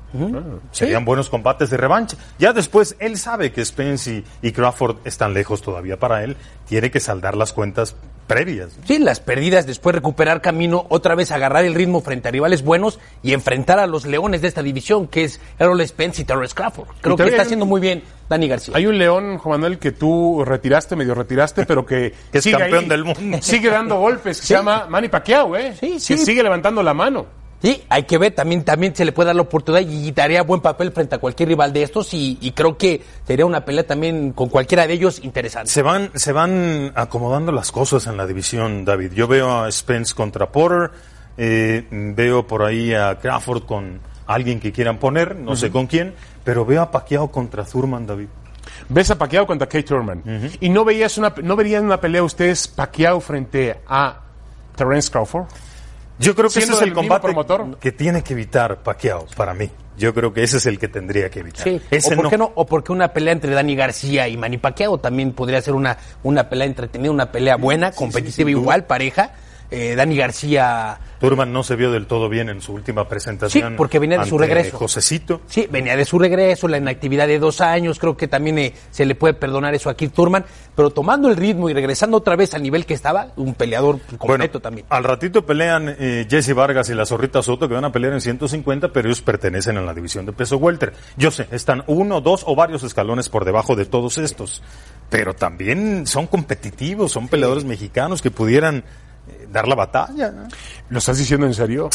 Serían buenos combates de revancha. Ya después, él sabe que Spence y Crawford están lejos todavía para él. Tiene que saldar las cuentas previas. Sí, las perdidas, después recuperar camino, otra vez agarrar el ritmo frente a rivales buenos y enfrentar a los leones de esta división, que es Errol Spence y Terrence Crawford. Creo que está haciendo muy bien Dani García. Hay un león, Juan Manuel, que tú medio retiraste, pero que es sigue campeón ahí, del mundo. Sigue dando golpes, que se llama Manny Pacquiao, Sí. Que sigue levantando la mano. Sí, hay que ver, también se le puede dar la oportunidad y daría buen papel frente a cualquier rival de estos y creo que sería una pelea también con cualquiera de ellos interesante. Se van acomodando las cosas en la división, David. Yo veo a Spence contra Porter, veo por ahí a Crawford con alguien que quieran poner, no sé con quién, pero veo a Pacquiao contra Thurman, David. Ves a Pacquiao contra Kate Thurman. ¿Y no verían una pelea ustedes Pacquiao frente a Terrence Crawford? Yo creo que ese es el combate promotor que tiene que evitar Pacquiao, para mí. Yo creo que ese es el que tendría que evitar. Sí, ese o porque una pelea entre Dani García y Manny Pacquiao también podría ser una pelea entretenida, una pelea buena, competitiva, igual, pareja. Dani García... Thurman no se vio del todo bien en su última presentación. Sí, porque venía de su regreso. Josecito. Sí, venía de su regreso, la inactividad de 2 años, creo que también se le puede perdonar eso a Keith Thurman, pero tomando el ritmo y regresando otra vez al nivel que estaba, un peleador completo también. Al ratito pelean Jesse Vargas y la Zorrita Soto, que van a pelear en 150, pero ellos pertenecen a la división de peso welter. Yo sé, están 1, 2 o varios escalones por debajo de todos estos, pero también son competitivos, son peleadores mexicanos que pudieran dar la batalla. ¿Lo estás diciendo en serio?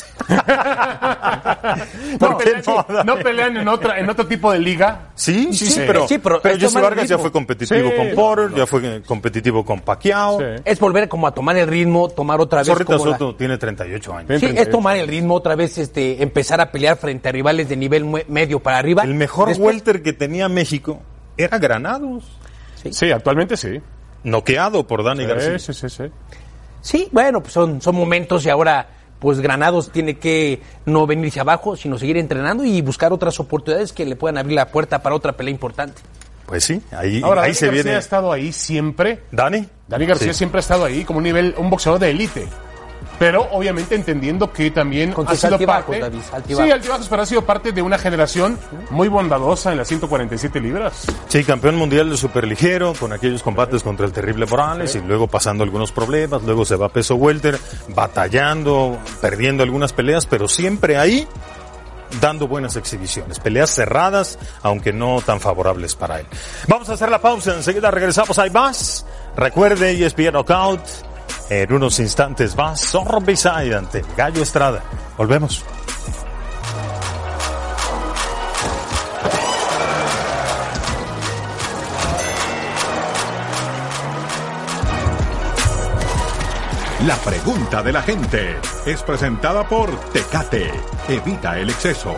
¿No pelean en otro tipo de liga? Sí, pero Jesse Vargas ya fue competitivo con Porter, ya fue competitivo con Pacquiao. Sí. Es volver como a tomar el ritmo, tomar otra vez... Zorrita Soto tiene 38 años. Sí, es tomar el ritmo otra vez, empezar a pelear frente a rivales de nivel medio para arriba. El mejor welter que tenía México era Granados. Sí, actualmente sí. Noqueado por Dani García. Sí. Sí, bueno, pues son momentos y ahora pues Granados tiene que no venirse abajo, sino seguir entrenando y buscar otras oportunidades que le puedan abrir la puerta para otra pelea importante. Pues sí, ahí Dani se García viene. ha estado ahí siempre. ¿Dani García siempre ha estado ahí como un boxeador de élite. Pero obviamente entendiendo que también con ha sido altibajos, parte... David, Sí, altibajos, pero ha sido parte de una generación muy bondadosa en las 147 libras. Sí, campeón mundial de superligero, con aquellos combates contra el terrible Morales, y luego pasando algunos problemas, luego se va a peso welter, batallando, perdiendo algunas peleas, pero siempre ahí dando buenas exhibiciones, peleas cerradas, aunque no tan favorables para él. Vamos a hacer la pausa, enseguida regresamos, hay más. Recuerde ESPN Knockout. En unos instantes va Zorro Bisay ante Gallo Estrada. Volvemos. La pregunta de la gente es presentada por Tecate. Evita el exceso.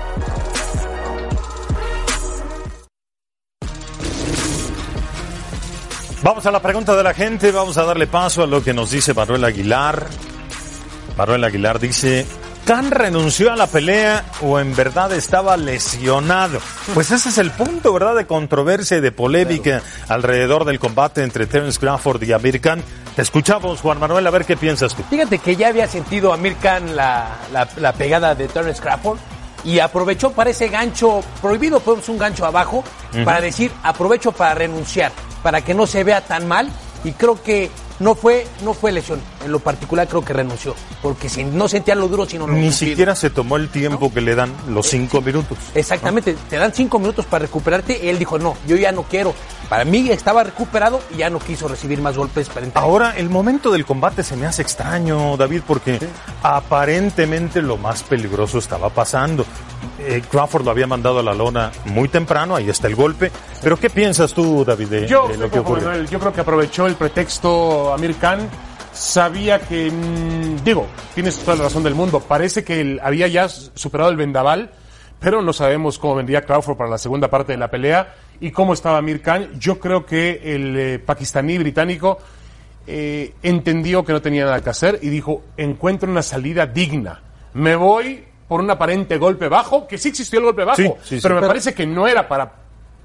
Vamos a la pregunta de la gente, vamos a darle paso a lo que nos dice Manuel Aguilar. Manuel Aguilar dice, ¿Khan renunció a la pelea o en verdad estaba lesionado? Pues ese es el punto, ¿verdad?, de controversia y de polémica alrededor del combate entre Terrence Crawford y Amir Khan. Te escuchamos, Juan Manuel, a ver qué piensas tú. Fíjate que ya había sentido Amir Khan la pegada de Terrence Crawford y aprovechó para ese gancho prohibido, pues un gancho abajo, para decir, aprovecho para renunciar, para que no se vea tan mal, y creo que no fue lesión. En lo particular creo que renunció, porque si no sentía lo duro, sino ni siquiera se tomó el tiempo que le dan, los 5 minutos. Exactamente, te dan 5 minutos para recuperarte, y él dijo, no, yo ya no quiero. Para mí estaba recuperado y ya no quiso recibir más golpes. Ahora, el momento del combate se me hace extraño, David, porque aparentemente lo más peligroso estaba pasando. Crawford lo había mandado a la lona muy temprano, ahí está el golpe. Pero ¿qué piensas tú, David, de lo que ocurrió? Yo creo que aprovechó el pretexto Amir Khan. Sabía que, tienes toda la razón del mundo, parece que él había ya superado el vendaval, pero no sabemos cómo vendría Crawford para la segunda parte de la pelea y cómo estaba Amir Khan. Yo creo que el pakistaní británico entendió que no tenía nada que hacer y dijo, encuentro una salida digna. Me voy por un aparente golpe bajo, que sí existió el golpe bajo, pero me parece que no era para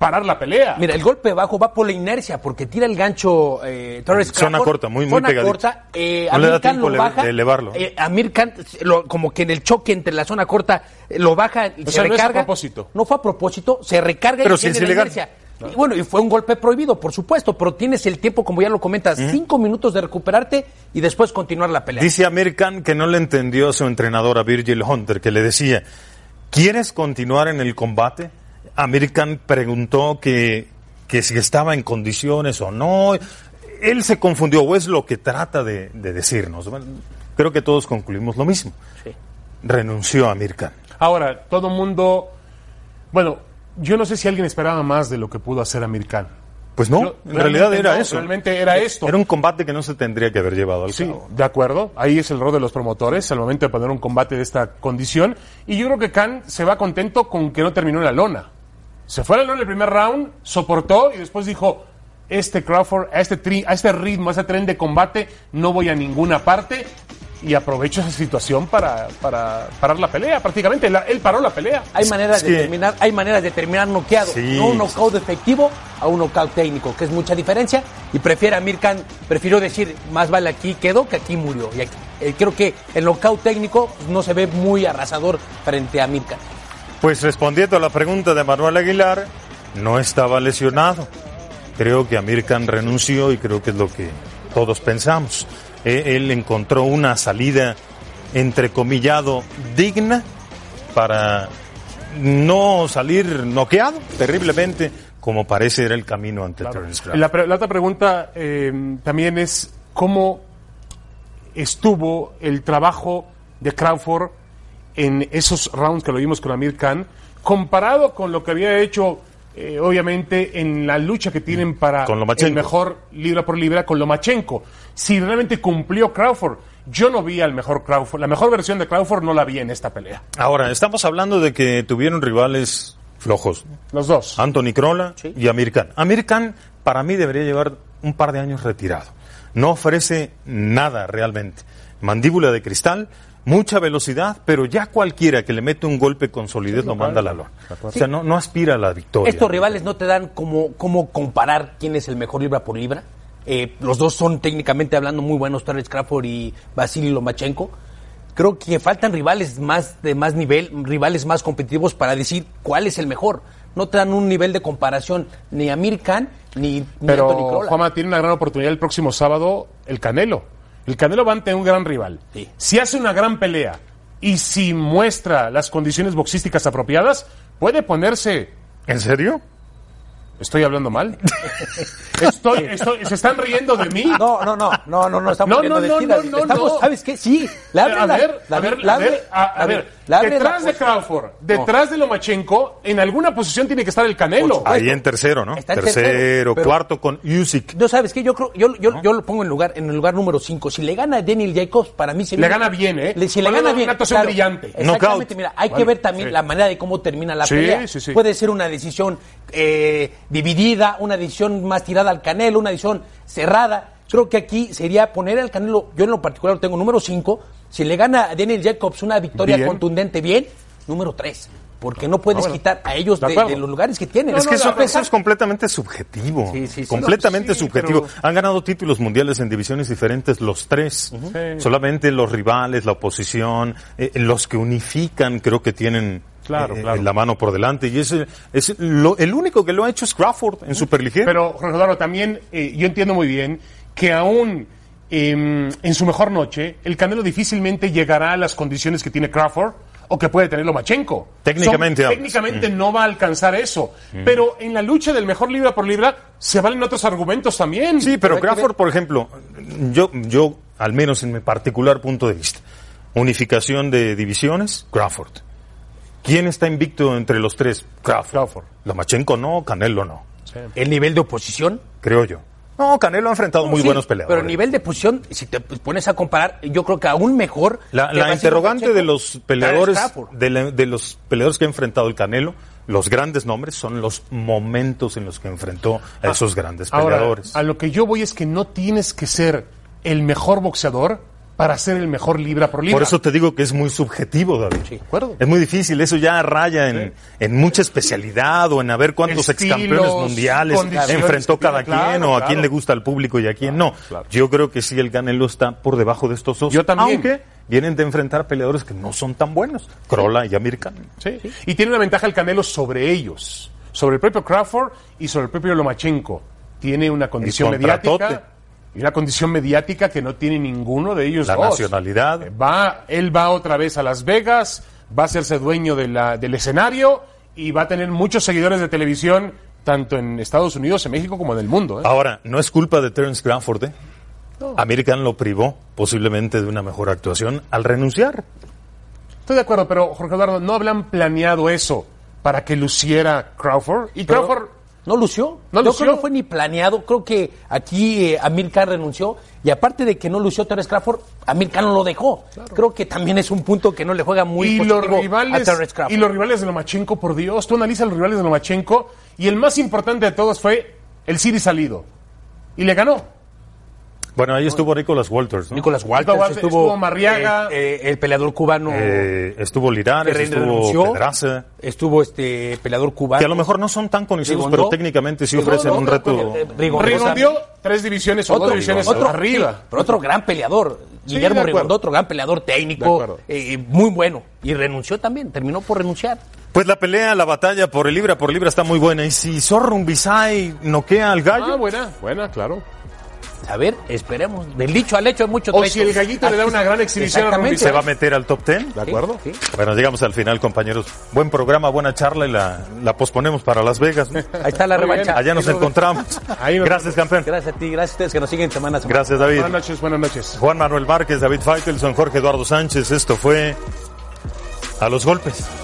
parar la pelea. Mira, el golpe bajo va por la inercia, porque tira el gancho Torres Zona Crawford, corta, muy zona pegadito. corta. No le Amir da Khan tiempo lo baja, de elevarlo. Amir Khan, como que en el choque entre la zona corta, lo baja y se sea, no es a recarga. propósito. No fue a propósito, se recarga Pero y sí es tiene la ilegal. inercia. Y bueno, y fue un golpe prohibido, por supuesto, pero tienes el tiempo, como ya lo comentas, 5 minutos de recuperarte y después continuar la pelea. Dice Amir Khan que no le entendió a su entrenador, a Virgil Hunter, que le decía, ¿quieres continuar en el combate? Amir Khan preguntó que si estaba en condiciones o no. Él se confundió, o es lo que trata de decirnos. Bueno, creo que todos concluimos lo mismo. Sí. Renunció Amir Khan. Ahora, todo mundo... Bueno, yo no sé si alguien esperaba más de lo que pudo hacer Amir Khan. Pues no, Yo- en realidad realmente era no, eso. realmente era esto. Era un combate que no se tendría que haber llevado al Sí, cabo. de acuerdo. Ahí es el rol de los promotores al momento de poner un combate de esta condición. Y yo creo que Khan se va contento con que no terminó en la lona. Se fue a la lona en el primer round, soportó y después dijo, Crawford, a este ritmo, a este tren de combate, no voy a ninguna parte. Y aprovecho esa situación para parar la pelea. Prácticamente, él paró la pelea. Hay maneras Es de que- terminar noqueado, Sí. no un knockout efectivo a un knockout técnico, que es mucha diferencia, y Amir Khan prefirió decir, más vale aquí quedó que aquí murió. Y creo que el knockout técnico no se ve muy arrasador frente a Amir Khan. Pues respondiendo a la pregunta de Manuel Aguilar, no estaba lesionado. Creo que Amir Khan renunció y creo que es lo que todos pensamos. Él encontró una salida, entrecomillado, digna para no salir noqueado terriblemente, como parece era el camino ante Terence Crawford. La otra pregunta también es cómo estuvo el trabajo de Crawford en esos rounds que lo vimos con Amir Khan, comparado con lo que había hecho, obviamente, en la lucha que tienen para Con Lomachenko. el mejor libra por libra con Lomachenko. Si realmente cumplió Crawford. Yo no vi al mejor Crawford. La mejor versión de Crawford no la vi en esta pelea. Ahora, estamos hablando de que tuvieron rivales flojos. Los dos. Anthony Crolla y Amir Khan. Amir Khan, para mí, debería llevar un par de años retirado. No ofrece nada realmente. Mandíbula de cristal, mucha velocidad, pero ya cualquiera que le mete un golpe con solidez lo manda a la lona. O sea, no aspira a la victoria. Estos rivales no te dan cómo comparar quién es el mejor libra por libra. Los dos son técnicamente hablando muy buenos, Terence Crawford y Vasily Lomachenko. Creo que faltan rivales de más nivel, rivales más competitivos para decir cuál es el mejor. No te dan un nivel de comparación ni Amir Khan ni Anthony Pero Crolla. Juanma tiene una gran oportunidad el próximo sábado, el Canelo. El Canelo va ante un gran rival. Sí. Si hace una gran pelea y si muestra las condiciones boxísticas apropiadas, puede ponerse... ¿En serio? ¿Estoy hablando mal? ¿Se están riendo de mí? No, estamos riendo de ti, David. Estamos, ¿sabes qué? Sí, detrás de Crawford, detrás de Lomachenko, en alguna posición tiene que estar el Canelo. Ahí en tercero, ¿no? Está en Tercero, tercero, pero- cuarto con Usyk. ¿No sabes qué? Yo creo, yo lo pongo en el lugar número 5. Si le gana a Daniel Jacobs, para mí se Le gana bien, ¿eh? Si le Bueno, gana una bien. actuación brillante. Exactamente, Knockout. mira, hay que Bueno, ver también sí. la manera de cómo termina la Sí, pelea. sí, sí. Puede ser una decisión dividida, una decisión más tirada al Canelo, una decisión cerrada. Creo que aquí sería poner al Canelo, yo en lo particular lo tengo número 5. Si le gana a Daniel Jacobs una victoria Bien. contundente, bien, número 3. Porque no puedes bueno, quitar a ellos de de acuerdo. los lugares que tienen. Es que eso a pesar- es completamente subjetivo. Sí, completamente sí, subjetivo. pero- Han ganado títulos mundiales en divisiones diferentes los tres. Sí. Solamente los rivales, la oposición, los que unifican, creo que tienen Claro. la mano por delante. Y el único que lo ha hecho es Crawford en superligero. Pero, Jorge Eduardo, también yo entiendo muy bien que aún en su mejor noche, el Canelo difícilmente llegará a las condiciones que tiene Crawford o que puede tener Lomachenko. Técnicamente hablas. Técnicamente no va a alcanzar eso. Pero en la lucha del mejor libra por libra se valen otros argumentos también. Sí, pero hay que Crawford, ver- por ejemplo, yo, al menos en mi particular punto de vista, unificación de divisiones, Crawford. ¿Quién está invicto entre los tres? Crawford. Lomachenko no, Canelo no, el nivel de oposición. creo yo. No, Canelo ha enfrentado muy Sí, buenos peleadores. Pero a nivel de posición, si te pones a comparar, yo creo que aún mejor. La que Vasily interrogante Lomachenko, de los peleadores, Terence Crawford. de los peleadores que ha enfrentado el Canelo, los grandes nombres son los momentos en los que enfrentó a esos grandes Ahora, peleadores. a lo que yo voy es que no tienes que ser el mejor boxeador para ser el mejor libra por libra. Por eso te digo que es muy subjetivo, David. Sí. ¿De acuerdo? Es muy difícil, eso ya raya en mucha especialidad o en a ver cuántos Estilos, excampeones mundiales condiciones enfrentó que cada tiene, quien claro, o a claro. quién le gusta al público y a quién no. claro. Yo creo que sí, el Canelo está por debajo de estos dos. Yo también. Aunque vienen de enfrentar peleadores que no son tan buenos, Crolla y Amir Khan. Sí. Y tiene una ventaja el Canelo sobre ellos, sobre el propio Crawford y sobre el propio Lomachenko. Tiene una condición contratote. mediática y una condición mediática que no tiene ninguno de ellos La dos. nacionalidad. Él va otra vez a Las Vegas, va a hacerse dueño del escenario y va a tener muchos seguidores de televisión tanto en Estados Unidos, en México como en el mundo. Ahora, no es culpa de Terence Crawford, ¿eh? Amir Khan lo privó posiblemente de una mejor actuación al renunciar. Estoy de acuerdo, pero Jorge Eduardo, ¿no habían planeado eso para que luciera Crawford? Y Pero Crawford... no lució. ¿No Yo lució? creo que no fue ni planeado. Creo que aquí Amir Khan renunció. Y aparte de que no lució Terence Crawford, Amir Khan no lo dejó. Creo que también es un punto que no le juega muy y positivo los rivales a Terence Crawford. y los rivales de Lomachenko, por Dios, tú analizas los rivales de Lomachenko y el más importante de todos fue el Siri Salido y le ganó. Bueno, ahí estuvo Nicholas Walters, ¿no? Nicolás Walters, Estuvo Marriaga. el peleador cubano Estuvo Linares, que estuvo renunció. Pedraza, Estuvo peleador cubano. que a lo mejor no son tan conocidos, Rigondó. pero técnicamente sí ofrecen un reto. Rigondeó 3 divisiones o 2 divisiones arriba. sí, pero otro gran peleador. Sí, Guillermo de acuerdo. Rigondó, otro gran peleador De técnico, acuerdo. muy bueno. Y renunció también, terminó por renunciar. Pues la pelea, la batalla por el libra está muy buena. Y si Zorro Rumbisay noquea al gallo, Buena, claro. A ver, esperemos. Del dicho al hecho hay mucho O trecho. si el gallito le da una gran exhibición a Exactamente. Rumbisay. se va a meter al top 10. ¿De acuerdo? Sí. Bueno, llegamos al final, compañeros. Buen programa, buena charla y la posponemos para Las Vegas, ¿no? Ahí está la Muy bien. revancha. Allá nos encontramos. Ahí nos Gracias, campeón. Gracias a ti, gracias a ustedes que nos siguen semana a semana. Gracias, David. Buenas noches. Juan Manuel Márquez, David Faitelson, Jorge Eduardo Sánchez. Esto fue A los Golpes.